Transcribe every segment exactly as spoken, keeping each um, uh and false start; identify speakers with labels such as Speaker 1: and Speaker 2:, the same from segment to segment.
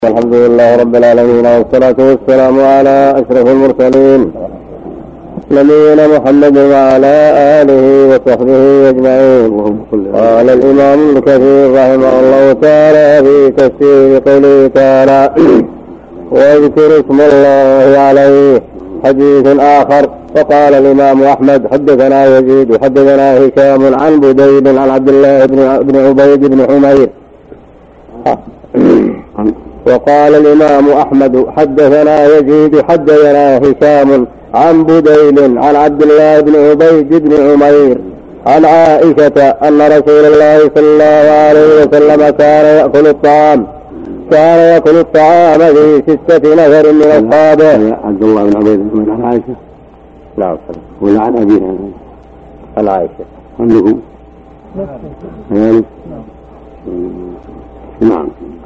Speaker 1: الحمد لله رب العالمين والصلاة والسلام على أشرف المرسلين نبينا محمد وعلى آله وصحبه أجمعين. قال الإمام ابن كثير رحمه الله تعالى في تفسير قوله تعالى واذكر اسم الله عليه. حديث آخر فقال الإمام أحمد حدثنا يزيد وحدثنا هشام عن بديل عن عبد الله بن عبيد بن عمير. وقال الإمام أحمد حدثنا يزيد حدثنا هشام عن بديل عن عبد الله بن عبيد بن عمير عن عائشة أن رسول الله صلى الله عليه وسلم كان يأكل الطعام كان يأكل الطعام في ستة نفر من أصحابه.
Speaker 2: عبد الله بن عبيد بن عمير عن عائشة.
Speaker 1: نعم.
Speaker 2: ولا عن أبيها
Speaker 1: عن عائشة.
Speaker 2: عندكم؟ نعم. نعم.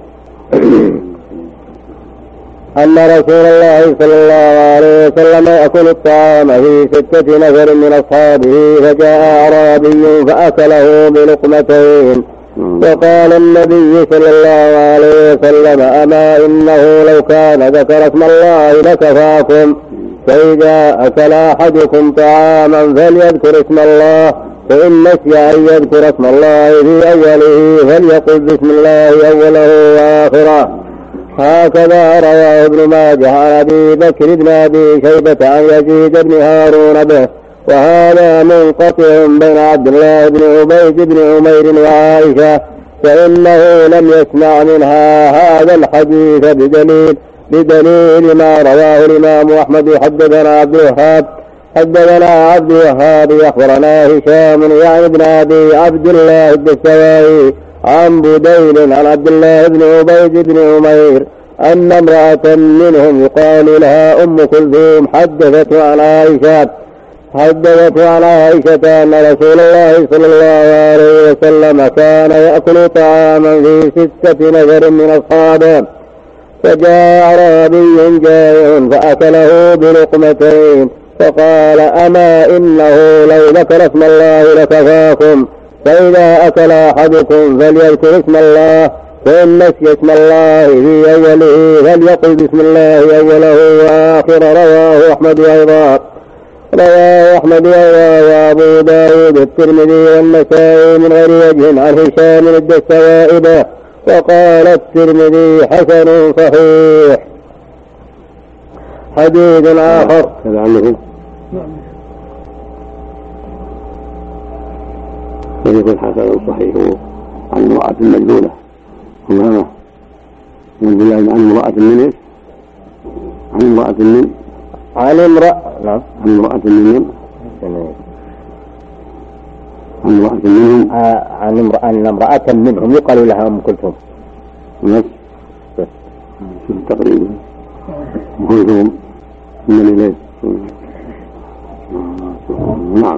Speaker 1: أن رسول الله صلى الله عليه وسلم يأكل الطعام في ستة نفر من أصحابه فجاء أعرابي فأكله بلقمتين وقال النبي صلى الله عليه وسلم أما إنه لو كان ذكر اسم الله لكفاكم فإذا أكل أحدكم طعاما فليذكر اسم الله فإن نسي أن يذكر اسم الله في أوله فليقل بسم الله أوله وآخره. هكذا رواه ابن ماجه عن أبي بكر بن أبي شيبة عن يزيد بن هارون به. وهذا منقطع بين عبد الله بن عبيد بن عمير وعائشة فإنه لم يسمع منها هذا الحديث بدليل بدليل ما رواه الإمام أحمد. حدثنا عبد الوهاب حدثنا عبد الوهاب أخبرنا هشام يعني ابن أبي عبد الله الدستوائي عن بديل عن عبد الله بن عبيد بن عمير أن امرأة منهم يقال لها أم كلثوم حدثت عن عائشة حدثت عن عائشة أن رسول الله صلى الله عليه وسلم كان يأكل طعاما في ستة نفر من أصحابه فجاء أعرابي جائع فأكله بلقمتين فقال أما إنه لو ذكر اسم الله لكفاكم فإذا أكل أحدكم فليذكر اسم الله فإن نسي اسم الله في أوله فليقل بسم الله أوله وآخره. رواه أحمد أيضا رواه أحمد وأبو داود الترمذي والنسائي من غير وجه عن هشام الدستوائي به وقال الترمذي حسن صحيح. حديث آخر
Speaker 2: يكون حسن صحيح عن امرأة مجنونة أمامه من بالله عن امرأة من إيش؟ عن امرأة من
Speaker 1: عن امرأة نعم
Speaker 2: عن امرأة من عن امرأة منهم
Speaker 1: عن امرأة امرأة منهم يقال لها أم كلثوم.
Speaker 2: بس شوف التقريب أم كلثوم من الليل. نعم.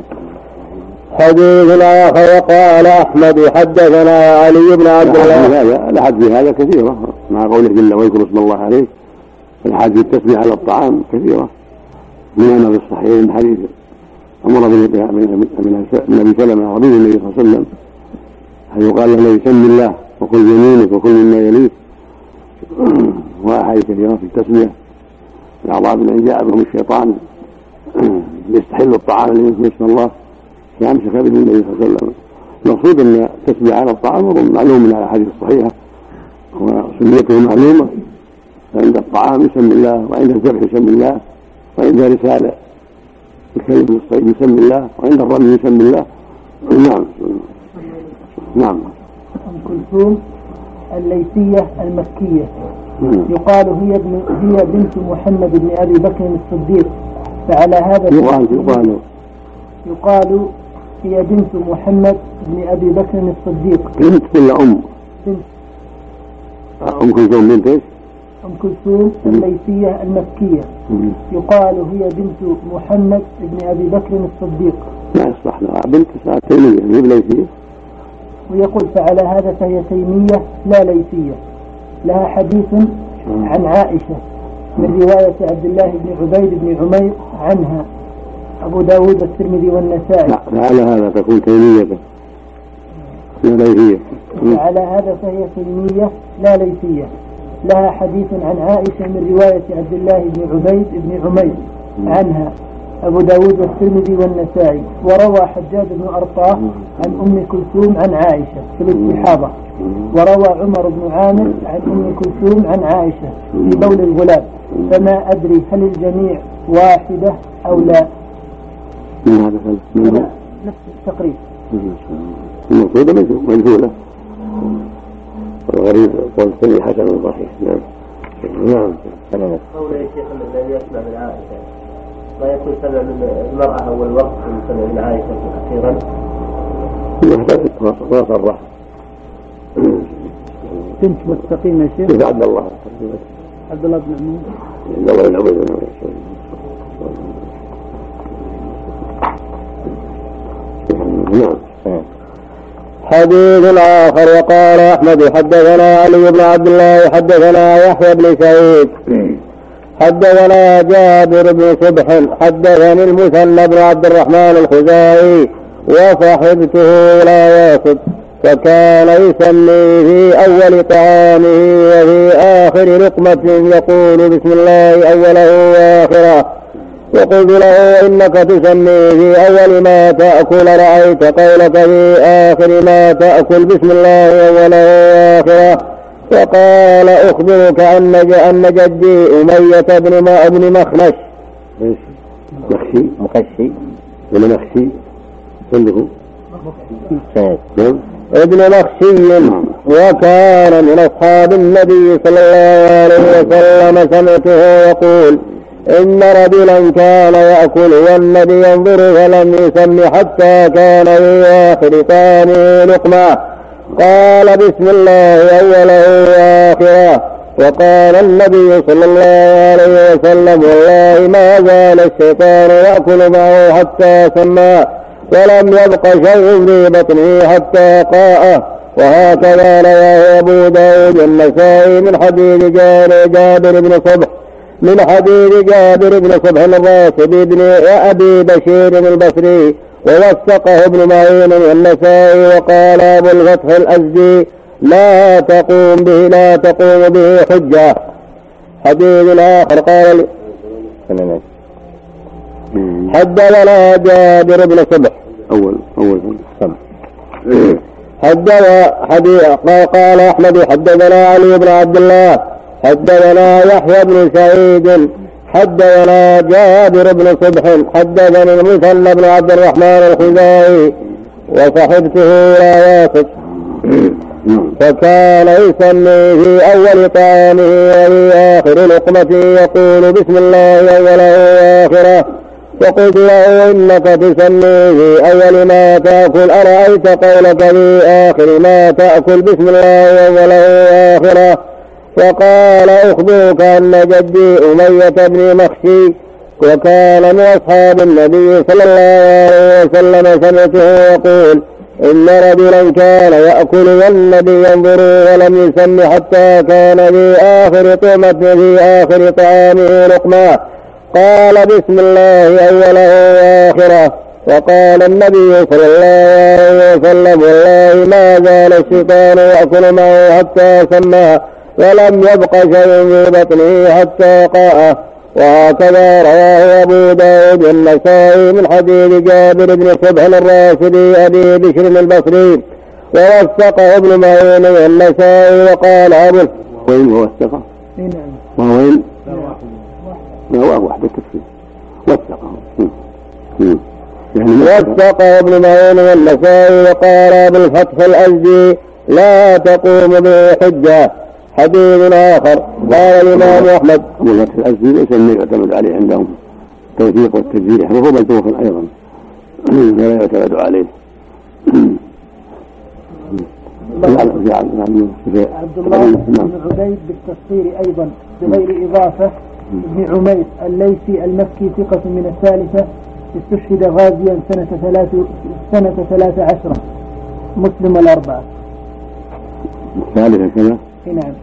Speaker 1: حديث آخر وقال أحمد حدثنا علي بن عبد الله.
Speaker 2: الأحاديث في هذا كثيرة مع قوله جل ويذكر اسم الله عليه. الحديث التسبيح على الطعام كثيرة منها في الصحيحين من حديث أمر من النبي سلمة رضي النبي صلى الله عليه وسلم حيث قال له بسم الله وكل بيمينك وكل مما يليك وأحاديث كثيرة في التسمية. الأعضاء من جاء بهم الشيطان يستحل الطعام الذي بسم الله فأمسك به النبي صلى الله عليه وسلم. المقصود أن التسبيح على الطعام معلوم من الأحاديث الصحيحة وسنيته معلومة. فعند الطعام يسمي الله وعند الذبح يسمي الله وعند رسالة الكلب للصيد يسمي الله وعند الرمي يسمي الله. نعم. نعم.
Speaker 3: أم كلثوم الليثية المكية يقال هي هي بنت محمد بن أبي بكر الصديق فعلى هذا
Speaker 2: يقال يقال
Speaker 3: يقال هي بنت محمد بن أبي بكر الصديق.
Speaker 2: بنت ولا أم؟
Speaker 3: بنت.
Speaker 2: أم كلثوم بنت إيش؟
Speaker 3: أم كلثوم الليثية المكية يقال هي بنت محمد بن أبي بكر الصديق.
Speaker 2: لا يصلح لها بنت ساعة تيمية غير ليثية.
Speaker 3: ويقول فعلى هذا فهي تيمية لا ليثية. لها حديث عن عائشة من رواية عبد الله بن عبيد بن عمير عنها أبو داود الترمذي والنسائي.
Speaker 2: لا فعلى هذا تكون تيمية لا ليثية.
Speaker 3: فعلى هذا فهي تيمية لا ليثية. لها حديث عن عائشة من رواية عبد الله بن عبيد بن عمير عنها أبو داود والترمذي والنسائي. وروى حجاج بن أرطاه عن أم كلثوم عن عائشة في الاستحاضة. وروى عمر بن عامر عن أم كلثوم عن عائشة في بول الغلام. فما أدري هل الجميع واحدة أو لا. نفس التقريب.
Speaker 2: المقصودة مجهولة. والغريب قول الثاني حسن وضحيح. نعم. نعم.
Speaker 1: قول يا شيخ الذي يسمع من عائشة ما يكون سمع من المرأة أول وقت من سمع من عائشة أخيرا.
Speaker 2: يحتاج ما صرح.
Speaker 3: كنت مستقيم يا شيخ.
Speaker 2: عبد الله.
Speaker 3: عبد الله بن عمر.
Speaker 2: عبد الله بن عمر. نعم.
Speaker 1: حديث آخر. وقال أحمد حدثنا علي بن عبد الله حدثنا يحيى بن سعيد حدثنا جابر بن صبح حدثني المثنى بن عبد الرحمن الخزاعي وصحبته لا ياسد فكان يسمي في أول طعامه وفي آخر لقمة يقول بسم الله أوله وآخره. وقلت له إنك تسمي في أول ما تأكل رأيت قولك في آخر ما تأكل بسم الله أوله وآخره. فقال أخبرك أن جدي أمية بن ابن مخنش
Speaker 2: مخشي
Speaker 1: مخشي
Speaker 2: ابن مخشي عنده
Speaker 1: ابن مخشي وكان من أصحاب النبي صلى الله عليه وسلم سمعته يقول إن رجلا كان يأكل والنبي ينظر فلم يسم حتى كان في آخر طعامه لقمة قال بسم الله أوله وآخره. وقال النبي صلى الله عليه وسلم والله ما زال الشيطان يأكل معه حتى سمى ولم يبق شيء في بطنه حتى قاءه. وهكذا رواه أبو داود النسائي من حديث جابر بن صبح من حديث جابر بن صبح الراشدي بن أبي بشير البصري ووثقه ابن معين والنسائي. وقال أبو الفتح الأزدي لا تقوم به لا تقوم به حجة. حديث آخر قال حدثنا جابر بن صبح
Speaker 2: أول أول
Speaker 1: حدث قال أحمد حدثنا علي بن عبد الله حدثنا يحيى بن سعيد حدثنا جابر بن صبح حدثني المثنى بن عبد الرحمن الخزاعي وصحبته لا ياسد فكان يسمي في أول طعامه وفي آخر لقمة يقول بسم الله أوله وآخره. فقلت له إنك تسمي في أول ما تأكل أرأيت قولك في آخر ما تأكل بسم الله أوله وآخره. فقال أخبرك أن جدي أمية بن مخشي وكان من أصحاب النبي صلى الله عليه وسلم سمعته يقول إن رجلا كان يأكل والنبي ينظر ولم يسم حتى كان في آخر طعمة في آخر طعامه لقمة قال بسم الله أوله وآخره. وقال النبي صلى الله عليه وسلم والله ما زال الشيطان يأكل معه حتى سمى ولم يبق شيء في بطنه حتى قاءه. وهكذا رواه أبو داود النسائي من حديث جابر بن صبح الراشدي أبي بشر البصري ووثقه ابن معين والنسائي. وقال أبو
Speaker 2: وين ووثقه؟ وين؟ لا واحدة تكفي وثقه
Speaker 1: وثقه ابن معين والنسائي. وقال أبو الفتح الأزدي لا تقوم به حجة. حديث آخر قال الإمام أحمد
Speaker 2: أبو الفتح الأزدي ليس من يعتمد عليه عندهم التوثيق والتجريح وهو منسوخ أيضا لا يعتمد عليه.
Speaker 3: عبد الله بن عبيد بالتصدير أيضا بغير إضافة ابن عمير الليثي المكي ثقة من الثالثة استشهد غازيا سنة ثلاث سنة ثلاث عشرة مسلم الأربعة
Speaker 2: الثالثة كذا.
Speaker 3: نعم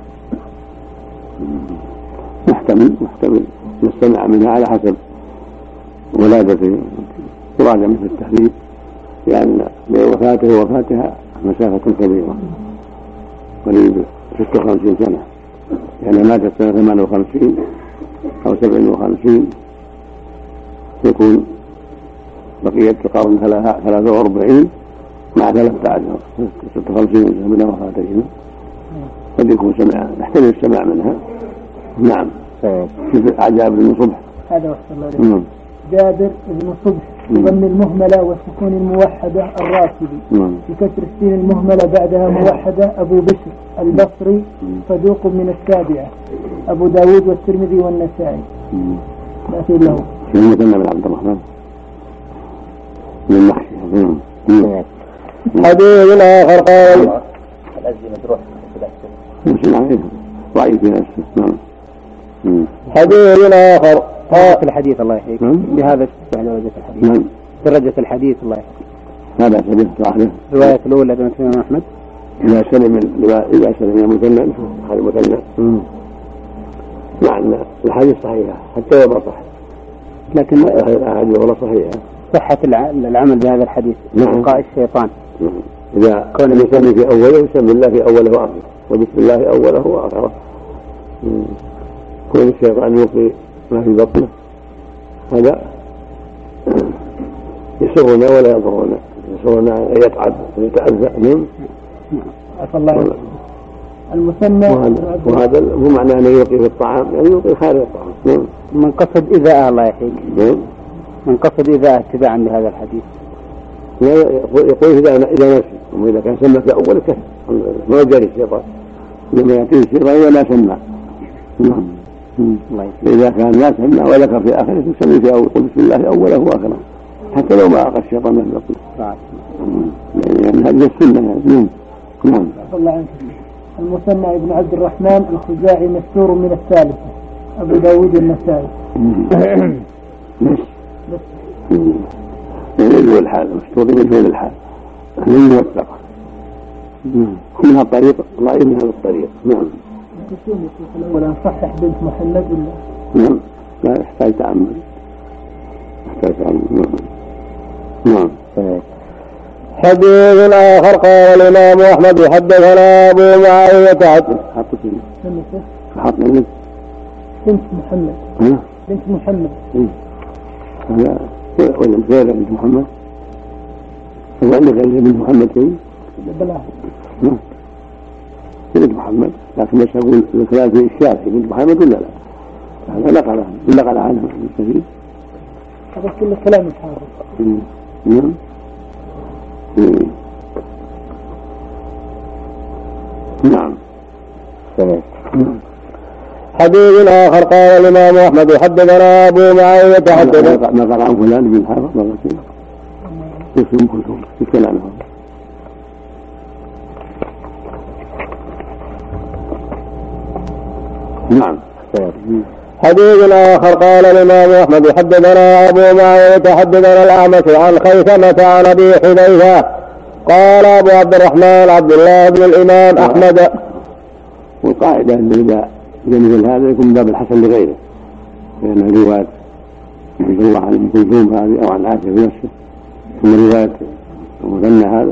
Speaker 2: محتمل محتمل يستمع منها على حسب ولادته تراجع مثل التحديد لأن بين وفاته ووفاتها مسافة كبيرة قريب ستة وخمسين سنة. يعني ماتت سنة ثمان وخمسين أو سبع وخمسين يكون بقية القرن ثلاثة وأربعين مع ثلاثة عشر ستة وخمسين من وفاتهما قد يكون سمع نحتمل السماع منها. نعم. كيف عجاب بن صبح
Speaker 3: هذا وصل الله. جابر بن صبح بضم المهملة والسكون الموحدة الراسبي بكسر السين المهملة بعدها موحدة أبو بشر البصري صدوق من السابعة أبو داود والترمذي والنسائي. نأتي له
Speaker 2: مثنى بن عبد الرحمن من المحشي.
Speaker 1: حديث آخر قال
Speaker 4: الأزي مجروح
Speaker 2: ضعيف في نفسه. نعم.
Speaker 1: حديث آخر
Speaker 4: في الحديث الله يحييك بهذا على وجه الحديث.
Speaker 2: نعم.
Speaker 4: درجة الحديث الله يحييك.
Speaker 2: هذا سبيل صاحبه.
Speaker 4: الرواية الأولى بن الإمام أحمد.
Speaker 2: إذا سلم إذا سلم المثنى هذا المثنى. مع أن الحديث صحيحة حتى وما صح.
Speaker 4: لكن
Speaker 2: الأحاديث ولا صحيحة.
Speaker 4: صحة العمل بهذا الحديث. لقاء الشيطان.
Speaker 2: نعم. إذا كان يسمي في أوله يسمي الله في أوله وآخره وبسم الله أوله وآخره. كون الشيطان يلقي ما في بطنه هذا يسرنا ولا يضرنا، يسرنا أن يتعب ويتأذى. نعم.
Speaker 3: عفى الله عنك. المثنى
Speaker 2: وهذا مو معناه أنه يلقي في الطعام، يعني يلقي خارج الطعام. نعم.
Speaker 4: من قصد إذا الله يحييك.
Speaker 2: نعم.
Speaker 4: من قصد إذا اتباعا بهذا الحديث.
Speaker 2: يقول إذا إذا نسي، وإذا كان سمى في أول كسر ما يجري الشيطان، لما يأتيه الشيطان إذا ما سمى. نعم. إذا كان لا سمع وذكر في آخره يسمي في أول بسم الله أوله وآخره حتى لو ما أقى الشيطان من بطنه. يعني هذه السنة يعني. نعم.
Speaker 3: عفى الله عنك. المثنى ابن عبد الرحمن الخزاعي مستور من الثالثة أبو داود النسائي.
Speaker 2: بس بس يعني الحال مستور من فين الحال من يوثق من هالطريق ضعيف من هذا الطريق. نعم.
Speaker 3: ولا نصحح بنت محمد ولا؟
Speaker 2: نعم. لا يحتاج تعمل يحتاج تعمل. نعم. نعم.
Speaker 1: حديث آخر قال الإمام أحمد حدثنا أبو معاوية
Speaker 2: حط حط
Speaker 3: بنت محمد.
Speaker 2: ها؟
Speaker 3: بنت محمد.
Speaker 2: هذا ولا غير بنت محمد؟ هو عندك غير بنت محمد كيف؟
Speaker 3: بلا.
Speaker 2: نعم. بنت محمد، لكن بس أقول الكلام في الشافعي بنت محمد ولا لا؟ هذا نقل نقل عنها السبيل.
Speaker 3: هذا كل كلام الحافظ.
Speaker 2: نعم. نعم.
Speaker 1: حديث آخر قال الإمام أحمد حدثنا أبو معاوية حدثنا
Speaker 2: ما قال عن فلان بن حافظ ما قال اسم كلهم يتكلم عنهم. نعم.
Speaker 1: حديث آخر قال الإمام أحمد حدثنا أبو معاوية حدثنا الأعمش عن خيثمة عن أبي حذيفة قال أبو عبد الرحمن عبد الله بن الإمام أحمد.
Speaker 2: والقاعدة أن إذا مثل هذا يكون باب الحسن لغيره، لأن رواية عبد الله عن ابن كلثوم هذه أو عن عائشة بنفسه ثم رواية المثنى هذا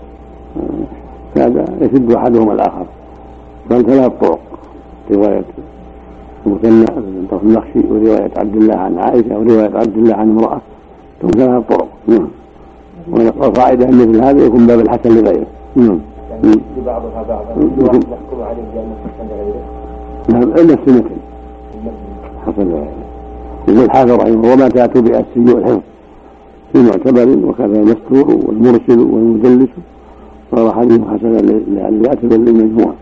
Speaker 2: هذا يشد أحدهما الآخر، بل ثلاث طرق: رواية المثنى بن طرف النخشي ورواية عبد الله عن عائشة ورواية عبد الله عن امرأة، ثم ثلاث طرق. نعم. والقاعدة أن مثل هذا يكون باب الحسن لغيره. نعم.
Speaker 4: بعضها بعضا نحكم عليه بأنه حسن لغيره.
Speaker 2: نعم. إلا السنتين حسن لغيره. يقول الحافظ رحمه الله: وما تأتوا بأسي والحفظ في معتبر وكذا المستور والمرسل والمدلس صار حديث حسنا ليعتبر للمجموع.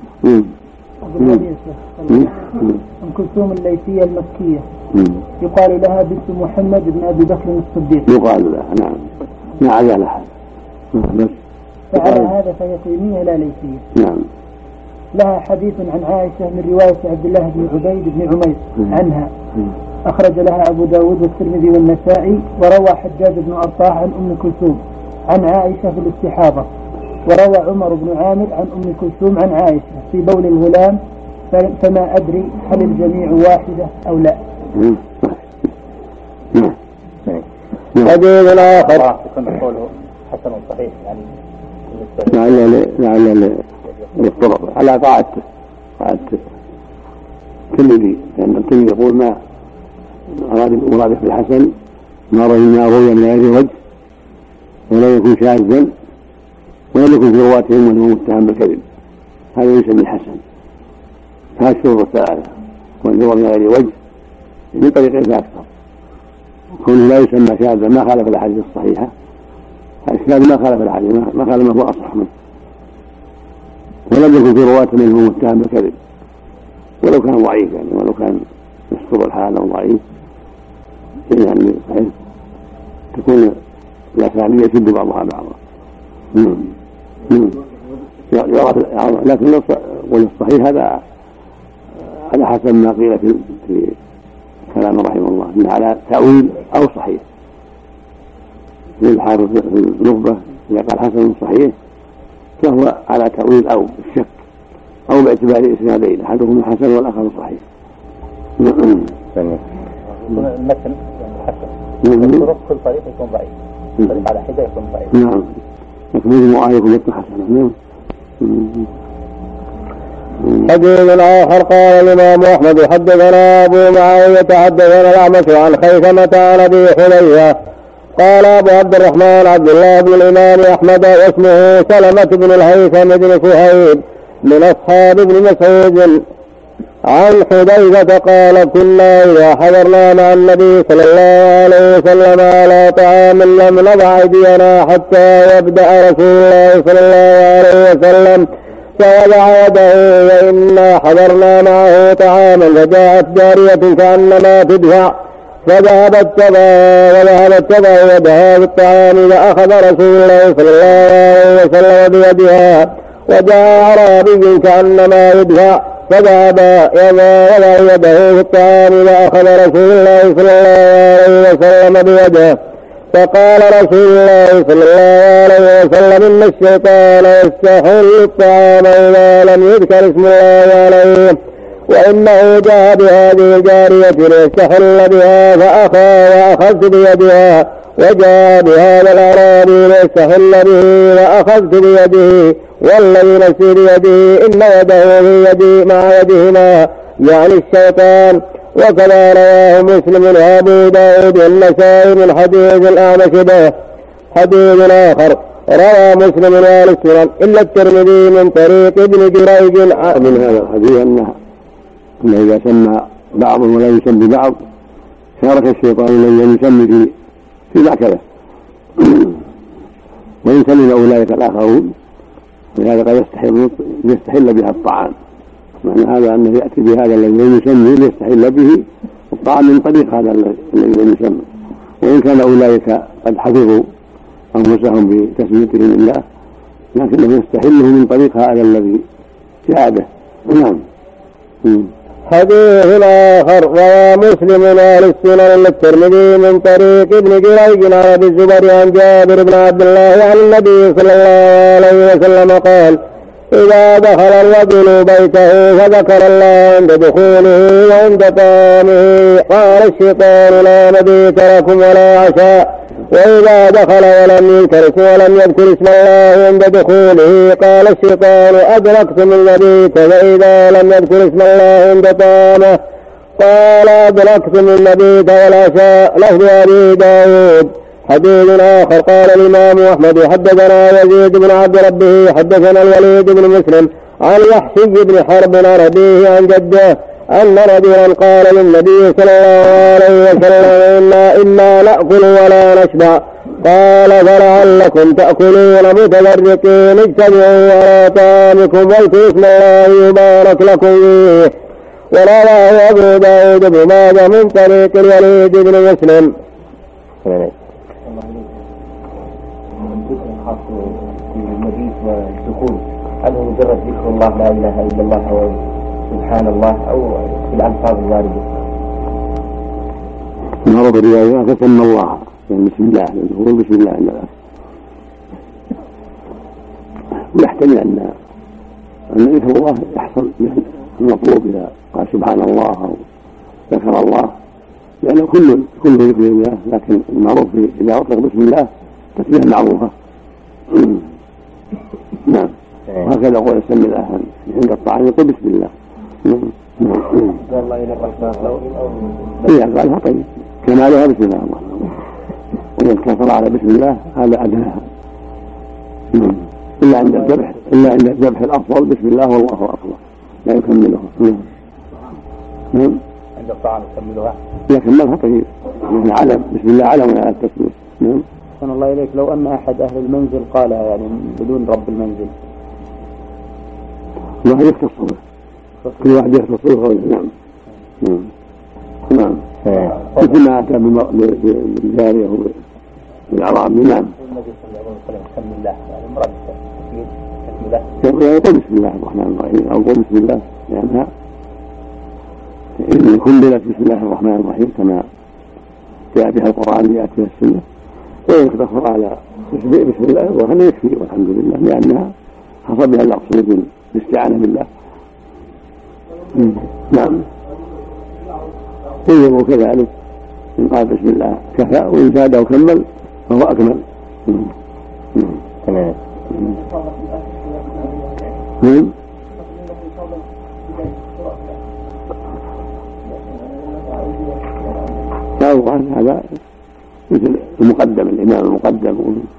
Speaker 3: أم كلثوم الليثية المكية يقال لها بنت محمد بن أبي بكر الصديق.
Speaker 2: يقال لها. نعم. ما عليها لحد. بس
Speaker 3: فعلى هذا فهي تيمية لا ليثية.
Speaker 2: نعم.
Speaker 3: لها حديث عن عائشة من رواية عبد الله بن عبيد بن عمير عنها أخرج لها أبو داود والترمذي والنسائي. وروى حجاج بن أرطاح عن أم كلثوم عن عائشة في الاستحاضة. وروى عمر بن عامر عن أم كلثوم عن عائشة في بول الغلام، فما أدري هل الجميع واحدة أو لا.
Speaker 1: حديث آخر
Speaker 4: قوله حسن صحيح يعني
Speaker 2: لعل لعل للطرق على قاعدته قاعدته الترمذي، لأن الترمذي يقول ما مراد في الحسن ما روي من غير وجه ولا يكون شاذا ولا يكون في رواتهم من هو متهم بالكذب، هذا يسمى حسن. هذه الشروط الثلاثة، وأن يروى من غير وجه من طريقه فأكثر، كونه لا يسمى شاذا ما خالف الأحاديث الصحيحة، الشاذ ما خالف الأحاديث ما خالف ما هو أصح منه، ولم يكن في رواة من هو متهم بالكذب ولو كان ضعيف، يعني ولو كان يسقط الحال أو ضعيف، يعني صحيح تكون الأسانيد يشد بعضها بعضا. لكن والصحيح هذا على حسب ما قيل في, في كلام رحمه الله، إن على تأويل أو صحيح. للحافظ في النخبة إذا قال حسن صحيح فهو على تأويل أو الشك أو باعتبار إسنادين، أحدهما حسن والآخر صحيح.
Speaker 4: المثل حسن الطرق كل طريق يكون ضعيف، طريق على حدة يكون ضعيف.
Speaker 2: نعم، لكن مجموعة يكون مثل حسن.
Speaker 1: حديث آخر قال الإمام أحمد حدثنا أبو معاوية حدثنا الأعمش عن خيثمة عن أبي حذيفة قال أبو عبد الرحمن عبد الله بن الإمام أحمد واسمه سلمة بن الهيثم بن كهيب من أصحاب ابن مسعود عن حذيفة قال كنا إذا حضرنا مع النبي صلى الله عليه وسلم على طعام لم نضع أيدينا حتى يبدأ رسول الله صلى الله عليه وسلم فوضع يده، وإنا حضرنا معه طعاما فجاءت جارية كأنما تدفع فذهبت تضع وذهبت تضع يدها بالطعام فأخذ رسول الله صلى الله عليه وسلم بيدها، وجاء أعرابي كأنما يدفع فذهب وضع يده في الطعام فأخذ رسول الله صلى الله عليه وسلم بيده، فقال رسول الله صلى الله عليه وسلم إن الشيطان يستحل الطعام إذا لم يذكر اسم الله عليه، وإنه جاء بهذه الجارية ليستحل بها فأخى وأخذت بيدها، وجاء بهذا الأعرابي ليستحل به وأخذت بيده، والذي نفسي بيده إن يده في يدي مع يدهما يعني الشيطان. وكذا رواه مسلم وأبو داود والنسائي من حديث الأعمش به. حديث آخر روى مسلم وآل السنن إلا الترمذي من طريق ابن جريج.
Speaker 2: من هذا الحديث أنه إذا سمى بعض ولا يسمي بعض شارك الشيطان الذي يسمي في في ذاك وإن سلم أولئك الآخرون، ولهذا قد يستحل يستحل بها الطعام. معنى هذا أنه يأتي بهذا الذي يسمي ليستحل به الطعام من طريق هذا الذي يسمي، وإن كان أولئك قد حفظوا أنفسهم بتسميتهم لله لكنه يستحله من طريق هذا الذي جاء به. نعم.
Speaker 1: حديث آخر روى مسلم وآل السنن الترمذي من طريق ابن جريج عن أبي الزبير عن جابر بن عبد الله عن النبي صلى الله عليه وسلم قال إذا دخل الرجل بيته فذكر الله عند دخوله وعند طعامه قال الشيطان لا مبيت لكم ولا عشاء، وإذا دخل ولم يترك ولم يذكر اسم الله عند دخوله قال الشيطان أدركتم المبيت، فإذا لم يذكر اسم الله عند طعامه قال أدركتم المبيت والعشاء. لفظ أبي داود. حديث آخر قال الإمام أحمد حدثنا يزيد بن عبد ربه حدثنا الوليد بن مسلم عن يحيى بن حرب عن أبيه عن جده أن رجلا قال للنبي صلى الله عليه وسلم إنا, إنا نأكل ولا نشبع، قال فلعلكم تأكلون متفرقين اجتمعوا على طعامكم واذكروا اسم الله يبارك لكم فيه. ورواه أبو داود بن ماجه من طريق الوليد بن مسلم.
Speaker 4: في المبيت والدخول هل هو مجرد ذكر الله لا إله إلا الله أو سبحان الله أو في الألفاظ الواردة؟
Speaker 2: مرض الرواية فسمى الله يعني بسم الله، هو بسم الله عند الأخ ويحتمل أن أن ذكر الله يحصل من المطلوب إذا قال سبحان الله أو ذكر الله، لأنه كل كل ذكر الله، لكن المعروف إذا أطلق بسم الله تسبيح معروفة. نعم، وهكذا قول سمي الله عند الطعام يقول بسم الله.
Speaker 4: والله إلى الرحمن
Speaker 2: هي قالها طيب كمالها بسم الله الرحمن الرحيم، وإن اقتصر على بسم الله هذا أدناها، إلا عند الذبح إلا عند الذبح الأفضل بسم الله والله أكبر لا يكملها. نعم
Speaker 4: عند الطعام يكملها
Speaker 2: لكن مالها طيب يعني علم بسم الله علم على التسمية. نعم.
Speaker 5: أحسن الله إليك، لو أن أحد أهل المنزل قالها يعني بدون رب المنزل
Speaker 2: الله يختص به، كل واحد يختص به قوله. نعم نعم نعم مثل ما أتى بالجارية بالأعرابي. نعم
Speaker 4: النبي صلى الله عليه وسلم بسم الله يعني مراد بسم الله
Speaker 2: يقول بسم الله الرحمن الرحيم أو قل بسم الله لأنها إن كللت بسم الله الرحمن الرحيم كما جاء بها القرآن جاءت بها السنة، وإن اقتصر على بسم الله وهذا يكفي والحمد لله لأنها حصل بها المقصود بالاستعانة بالله. نعم يجب كذلك إن قال بسم الله كفى وإن زاد وكمل فهو أكمل.
Speaker 1: تمام.
Speaker 2: لا هذا مثل المقدم الإمام المقدم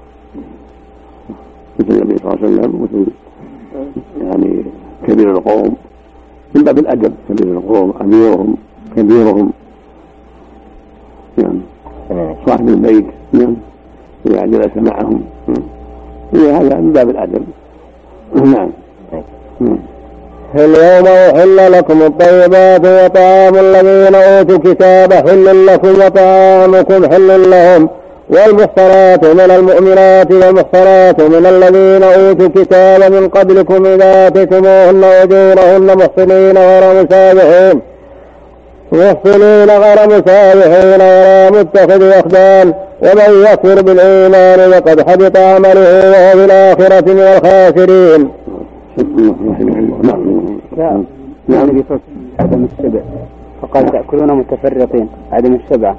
Speaker 2: مثل النبي صلى الله عليه وسلم مثل يعني كبير القوم من باب الأدب، كبير القوم أميرهم كبيرهم. نعم صاحب البيت. نعم إذا جلس معهم هذا من باب الأدب. نعم.
Speaker 1: اليوم أحل لكم الطيبات وطعام الذين أوتوا الكتاب حل لكم وطعامكم حل لهم والمحصنات من المؤمنات والمحصنات من الذين أوتوا الكتاب من قبلكم إذا آتيتموهن أجورهن محصنين غير مسافحين محصنين غير مسافحين ولا متخذي أخدان ومن يكفر بالإيمان فقد حبط عمله وهو في الآخرة من الخاسرين.
Speaker 5: نعم نعم عدم السبع فقال تأكلون متفرقين عدم السبع،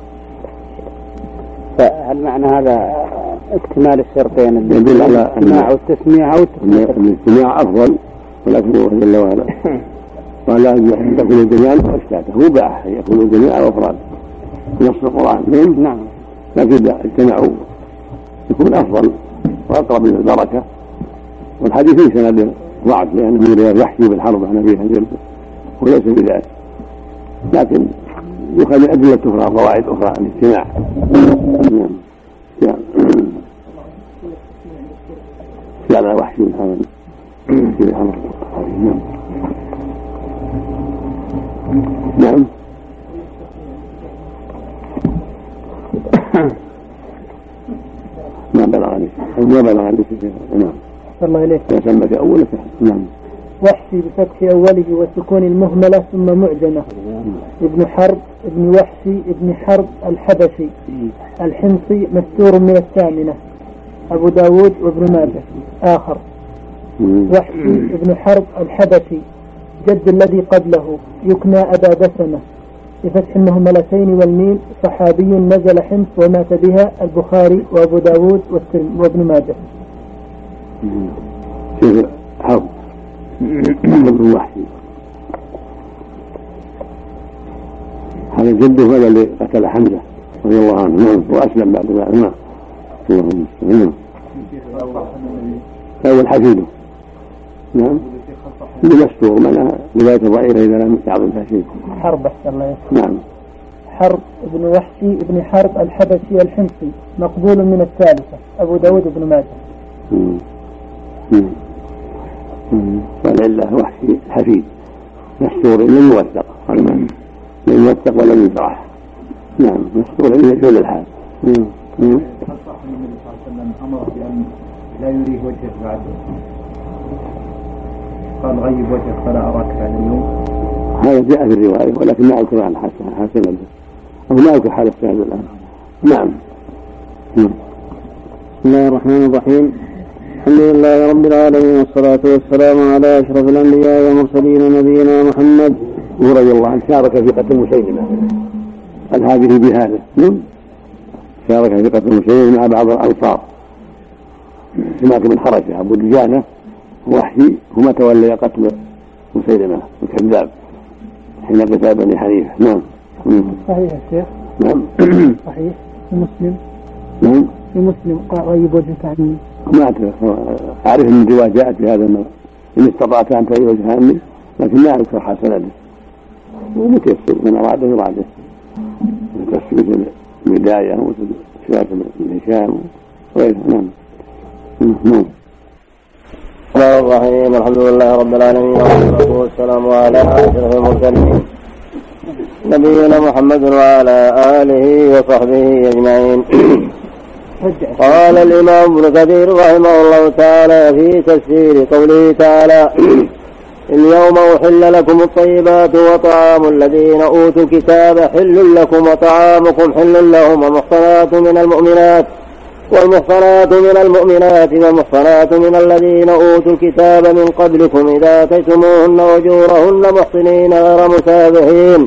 Speaker 5: فهل معنى هذا اكتمال الشرطين الاجتماع والتسميع أو التسميع؟
Speaker 2: الاجتماع أفضل ولكن هو جل وعلا قال لا يأكلوا جميعا وأشتاتا هو باح يأكلوا جميعا وأفراد نص القرآن.
Speaker 5: نعم
Speaker 2: لكن إذا اجتمعوا يكون أفضل وأقرب إلى البركة، والحديث في سند ضعف لأنه يحكي بالحرب عن أبي حنيفة وليس بذلك، لكن يؤخذ من أدلة أخرى قواعد أخرى الاجتماع. نعم كان وحشي الحمل في الحمل. نعم ما بلغ عليك ما بلغ عليك. نعم
Speaker 3: الله إليك.
Speaker 2: يسمى أول. نعم
Speaker 3: وحشي بفتح أوله وسكون المهملة ثم معجمة. ابن حرب ابن وحشي ابن حرب الحبشي الحمصي مستور من الثامنة أبو داود وابن ماجه. آخر وحشي ابن حرب الحبشي جد الذي قبله يكنى أبا بسمة بفتح المهملتين والميم صحابي نزل حمص ومات بها البخاري وأبو داود وابن ماجه.
Speaker 2: كيف حرب ابن وحشي هذا جده هذا اللي قتل حمزة رضي الله عنه. نعم وأسلم بعد ذلك. نعم نعم هو الحفيد. نعم بمستور معناها رواية ضعيفة إذا لم يعظم فيها شيء.
Speaker 3: حرب أحسن الله يسلم.
Speaker 2: نعم
Speaker 3: حرب ابن وحشي ابن حرب الحبشي الحمصي مقبول من الثالثة أبو داود بن ماجه.
Speaker 2: فالعلة وحشي حفيد مستور لم يوثق لم يوثق ولم يجرح. نعم مستور لم يجول الحال.
Speaker 6: هل صح النبي صلى الله عليه وسلم أمر بأن لا يريه وجهه بعد قال غيب وجهك فلا أراك هذا اليوم؟
Speaker 2: هذا جاء في الرواية ولكن ما أذكر عن حسن حسن أو ما أذكر حال الشاهد الآن. نعم.
Speaker 5: بسم الله الرحمن الرحيم. الحمد لله رب العالمين والصلاة والسلام على أشرف الأنبياء والمرسلين نبينا محمد
Speaker 2: رضي الله عنه شارك في قتل مسيلمة الهاجر بهذا. شارك في قتل مسيلمة مع بعض الأنصار سماك بن حرشة أبو دجانة وحشي هما تولي قتل مسيلمة الكذاب حين قتال بني حنيفة. نعم.
Speaker 3: صحيح يا شيخ.
Speaker 2: نعم.
Speaker 3: صحيح. المسلم.
Speaker 2: نعم.
Speaker 3: المسلم غيب وجهك عني.
Speaker 2: ما أعرف أن الرواية جاءت بهذا النوع، إن استطعت أن تغيب وجهك عني، لكن لا أعرف صحة سنده، ومتيسر من أراده إراده، متيسر مثل البداية ومثل شاة بن هشام وغيره. نعم. نعم.
Speaker 1: بسم الله الرحمن الرحيم، الحمد لله رب العالمين والصلاة والسلام على أشرف المرسلين نبينا محمد وعلى آله وصحبه أجمعين. قال الإمام ابن كثير رحمه الله تعالى في تفسير قوله تعالى: اليوم أحل لكم الطيبات وطعام الذين أوتوا الكتاب حل لكم وطعامكم حل لهم، ومحصنات من المؤمنات والمحصنات من المؤمنات والمحصنات من الذين أوتوا الكتاب من قبلكم إذا آتيتموهن أجورهن محصنين غير مسافحين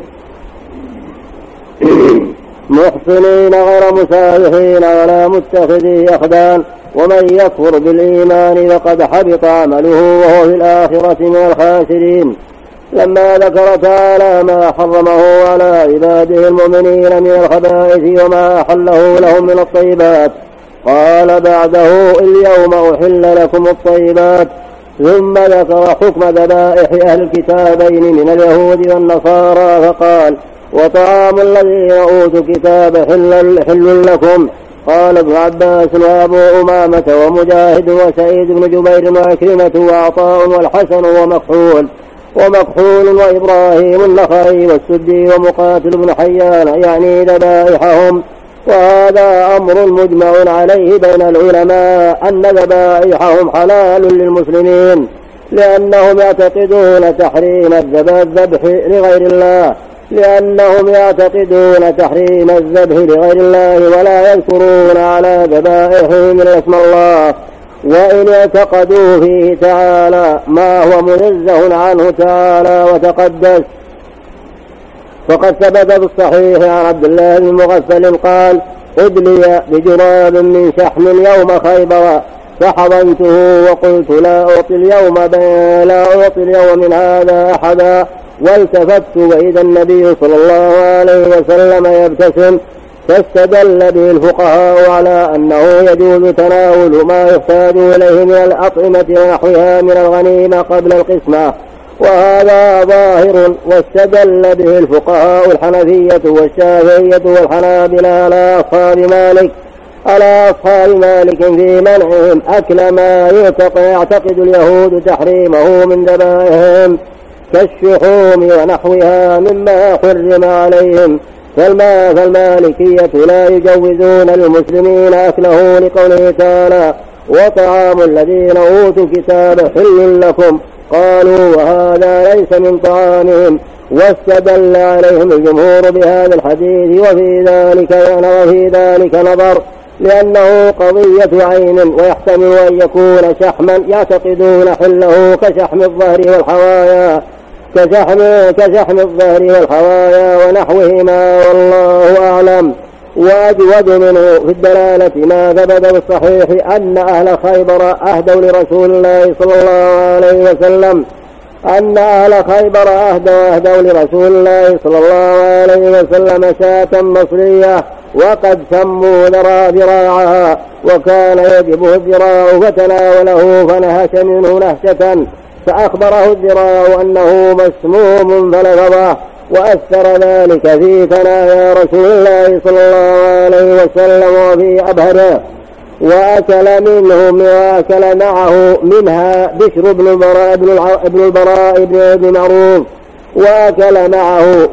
Speaker 1: محصنين غير مسافحين ولا متخذي أخدان، ومن يكفر بالإيمان فقد حبط عمله وهو في الآخرة من الخاسرين. لما ذكر تعالى ما حرمه على عباده المؤمنين من الخبائث وما أحله لهم من الطيبات، قال بعده: اليوم أحل لكم الطيبات، ثم ذكر حكم ذبائح أهل الكتابين من اليهود والنصارى فقال: وطعام الذين أوتوا الكتاب حل, حل لكم. قال ابن عباس وأبو أمامة ومجاهد وسعيد بن جبير وعكرمة وعطاء والحسن ومكحول ومكحول وإبراهيم النخعي والسدي ومقاتل بن حيان يعني ذبائحهم. وهذا أمر مجمع عليه بين العلماء أن ذبائحهم حلال للمسلمين، لأنهم يعتقدون تحريم الذبح لغير الله لأنهم يعتقدون تحريم الذبح لغير الله ولا يذكرون على ذبائحهم إلا اسم الله، وإن اعتقدوا فيه تعالى ما هو منزه عنه تعالى وتقدس. فقد ثبت في الصحيح عن عبد الله بن مغفل قال: أدلي بجراب من شحم يوم خيبر فحضنته وقلت لا أعطي اليوم لا أعطي اليوم من هذا أحدا، والتفت وإذا النبي صلى الله عليه وسلم يبتسم، فاستدل به الفقهاء على أنه يجوز تناول ما يحتاج إليه من الأطعمة ونحوها من الغنيمة قبل القسمة، وهذا ظاهر. واستدل به الفقهاء الحنفية والشافعية والحنابلة على أصحاب مالك على أصحاب مالك في منعهم أكل ما يعتقد اليهود تحريمه من ذبائحهم كالشحوم ونحوها مما حرم عليهم، فالمالكية لا يجوزون للمسلمين أكله لقوله تعالى: وطعام الذين أوتوا الكتاب حل لكم، قالوا وهذا ليس من طعامهم، واستدل عليهم الجمهور بهذا الحديث. وفي ذلك وفي ذلك نظر، لأنه قضية عين، ويحتمل أن يكون شحما يعتقدون حله كشحم الظهر والحوايا كشحم, كشحم الظهر والحوايا ونحوهما، والله أعلم. وأجود منه في الدلالة ما ثبت بالصحيح أن أهل خيبر أهدوا لرسول الله صلى الله عليه وسلم أن أهل خيبر أهدوا, أهدوا لرسول الله صلى الله عليه وسلم شاة مصرية وقد سموا ذراعها، وكان يجبه الذراع فتناوله فنهش منه نهشة، فأخبره الذراع أنه مسموم فلفظه، وأثر ذلك في ثنايا رسول الله صلى الله عليه وسلم وفي أبهره، وأكل منهم وأكل معه منها بشر بن البراء بن البراء بن معروف، وأكل معه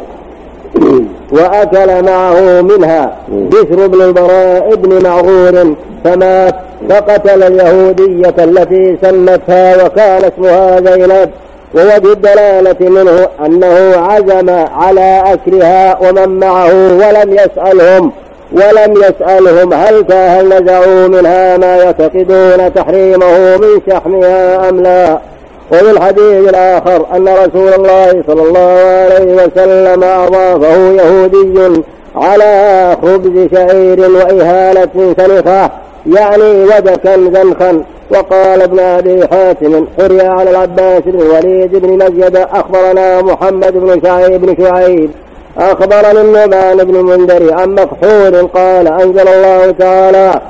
Speaker 1: وأكل معه منها بشر بن البراء بن معرور فمات، فقتل اليهودية التي سمتها وكان اسمها زينب. ووجه الدلالة منه أنه عزم على أكلها ومن معه ولم يسألهم ولم يسألهم هل هل نزعوا منها ما يعتقدون تحريمه من شحمها أم لا. وفي الحديث الآخر أن رسول الله صلى الله عليه وسلم أضافه يهودي على خبز شعير وإهالة سلخة يعني ودكا زنخا، وقال ابن أبي حاتم حري على العباس بن الوليد بن مزيد أخبرنا محمد بن شعيب بن شعيب أخبرني النعمان بن المنذر عن مكحول قال أنزل الله تعالى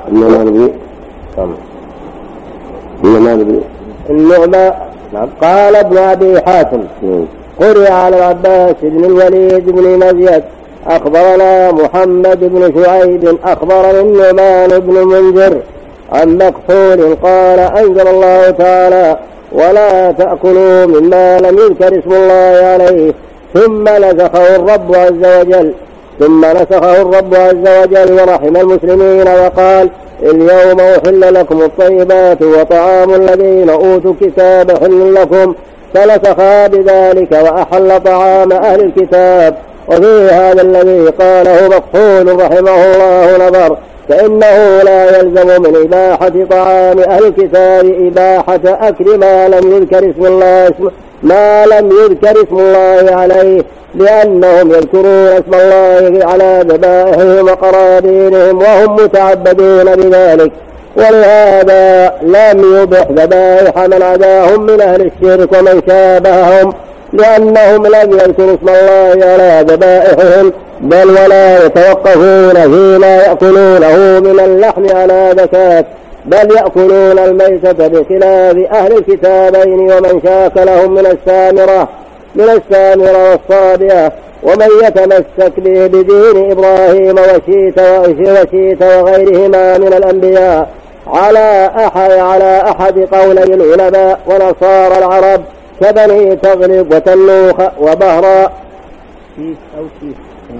Speaker 1: النعمان قال ابن أبي حاتم قرئ على العباس بن الوليد بن مزيد أخبرنا محمد بن شعيب أخبرني النعمان بن المنذر عن مكحول قال أنزل الله تعالى ولا تأكلوا مما لم يذكر اسم الله عليه ثم نسخه الرب عز وجل ثم نسخه الرب عز وجل ورحم المسلمين وقال اليوم أحل لكم الطيبات وطعام الذين أوتوا الكتاب حل لكم فنسخ بذلك وأحل طعام أهل الكتاب. وفي هذا الذي قاله مكحول رحمه الله نظر فإنه لا يلزم من إباحة طعام أهل الكتاب إباحة أكل ما لم يذكر اسم الله اسم ما لم يذكر اسم الله عليه لأنهم يذكرون اسم الله على ذبائحهم وقرابينهم وهم متعبدون بذلك ولهذا لم يبح ذبائح من عداهم من أهل الشرك ومن شابههم لأنهم لم يذكروا اسم الله على ذبائحهم بل ولا يتوقفون فيما يأكلونه من اللحم على زكاة بل يأكلون الميتة بخلاف أهل الكتابين ومن شاكلهم من السامرة من السامرة والصابئة ومن يتمسك به بدين إبراهيم وشيت وشيت وغيرهما من الأنبياء على أحد على أحد قولي العلماء ونصارى العرب كبني تغلب وتنوخ وبهراء شيث أو شيث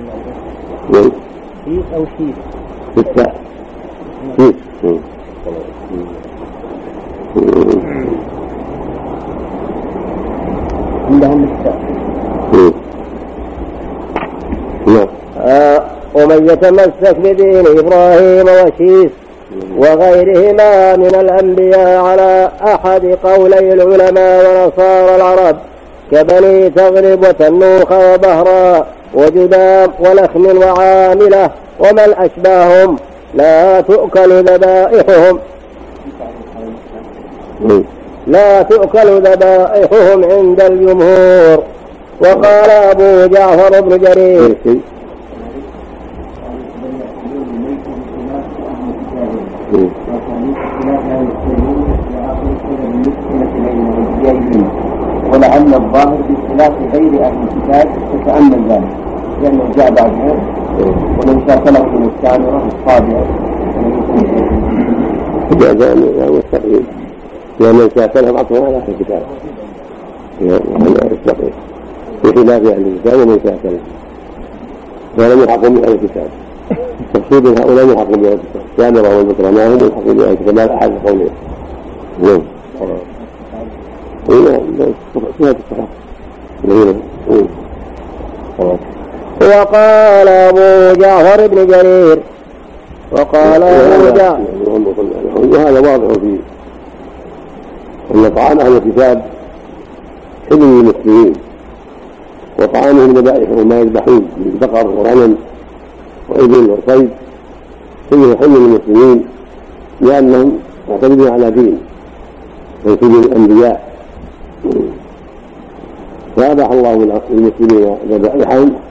Speaker 1: شيث أو شيث
Speaker 2: بالتاء شيث
Speaker 1: عندهم التاء آه ومن يتمسك بدين إبراهيم وشيث وغيرهما من الأنبياء على أحد قولي العلماء ونصارى العرب كبني تغلب وتنوخ وبهراء وجدام ولخم وعاملة ومن أشباههم لا تؤكل ذبائحهم لا تؤكل ذبائحهم عند الجمهور. وقال أبو جعفر بن جرير
Speaker 4: ولعل الظاهر باختلاف غير أهل الكتاب تتأمل ذلك لأنه جاء بعدها ومن شاكله من السامرة الصابئة
Speaker 2: جاء ذلك والتقييد لأن شاكلهم عطوا على أهل الكتاب التقييد بخلاف أهل الكتاب ومن شاكله ولم يحقوا من أهل الكتاب تقصيد هؤلاء يحقوا بأهل الكتاب السامرة والبكرة ما هم يحقوا بأهل الكتاب لا أحد قولهم نعم
Speaker 1: وقال أبو جعفر بن جرير وقال أبو جعفر
Speaker 2: وهذا واضح في أن طعام أهل الكتاب حل للمسلمين وطعامهم ذبائحهم ما يذبحون من بقر وغنم وإبل وصيد كله حل للمسلمين لأنهم معتمدون على دين ويكونوا الأنبياء فأباح الله للمسلمين ذبائحهم